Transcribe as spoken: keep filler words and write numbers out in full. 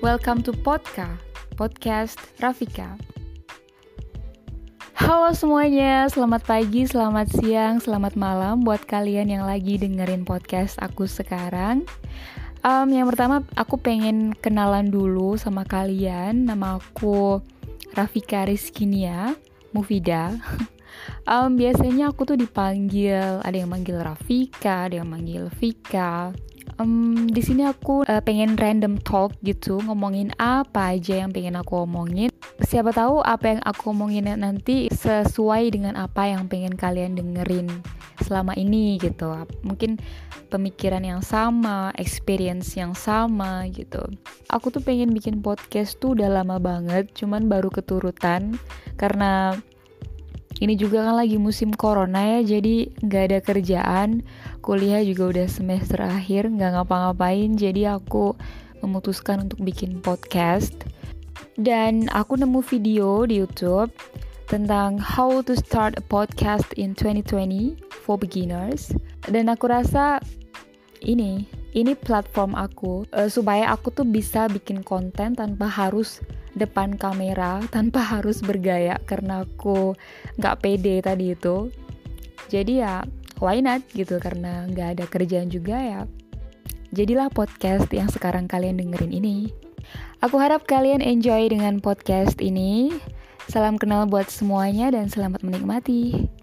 Welcome to Podka, Podcast Rafika. Halo semuanya, selamat pagi, selamat siang, selamat malam buat kalian yang lagi dengerin podcast aku sekarang. um, Yang pertama, aku pengen kenalan dulu sama kalian. Nama aku Rafika Rizkinia Mufida. um, Biasanya aku tuh dipanggil, ada yang manggil Rafika, ada yang manggil Vika. Um, di sini aku uh, pengen random talk gitu, ngomongin apa aja yang pengen aku omongin. Siapa tahu apa yang aku omongin nanti sesuai dengan apa yang pengen kalian dengerin selama ini gitu. Mungkin pemikiran yang sama, experience yang sama gitu. Aku tuh pengen bikin podcast tuh udah lama banget, cuman baru keturutan karena ini juga kan lagi musim corona ya, jadi gak ada kerjaan. Kuliah juga udah semester akhir, gak ngapa-ngapain. Jadi aku memutuskan untuk bikin podcast. Dan aku nemu video di YouTube tentang how to start a podcast in twenty twenty for beginners. Dan aku rasa ini, ini platform aku uh, supaya aku tuh bisa bikin konten tanpa harus depan kamera, tanpa harus bergaya karena aku gak pede tadi itu. Jadi ya why not gitu, karena gak ada kerjaan juga ya. Jadilah podcast yang sekarang kalian dengerin ini. Aku harap kalian enjoy dengan podcast ini. Salam kenal buat semuanya dan selamat menikmati.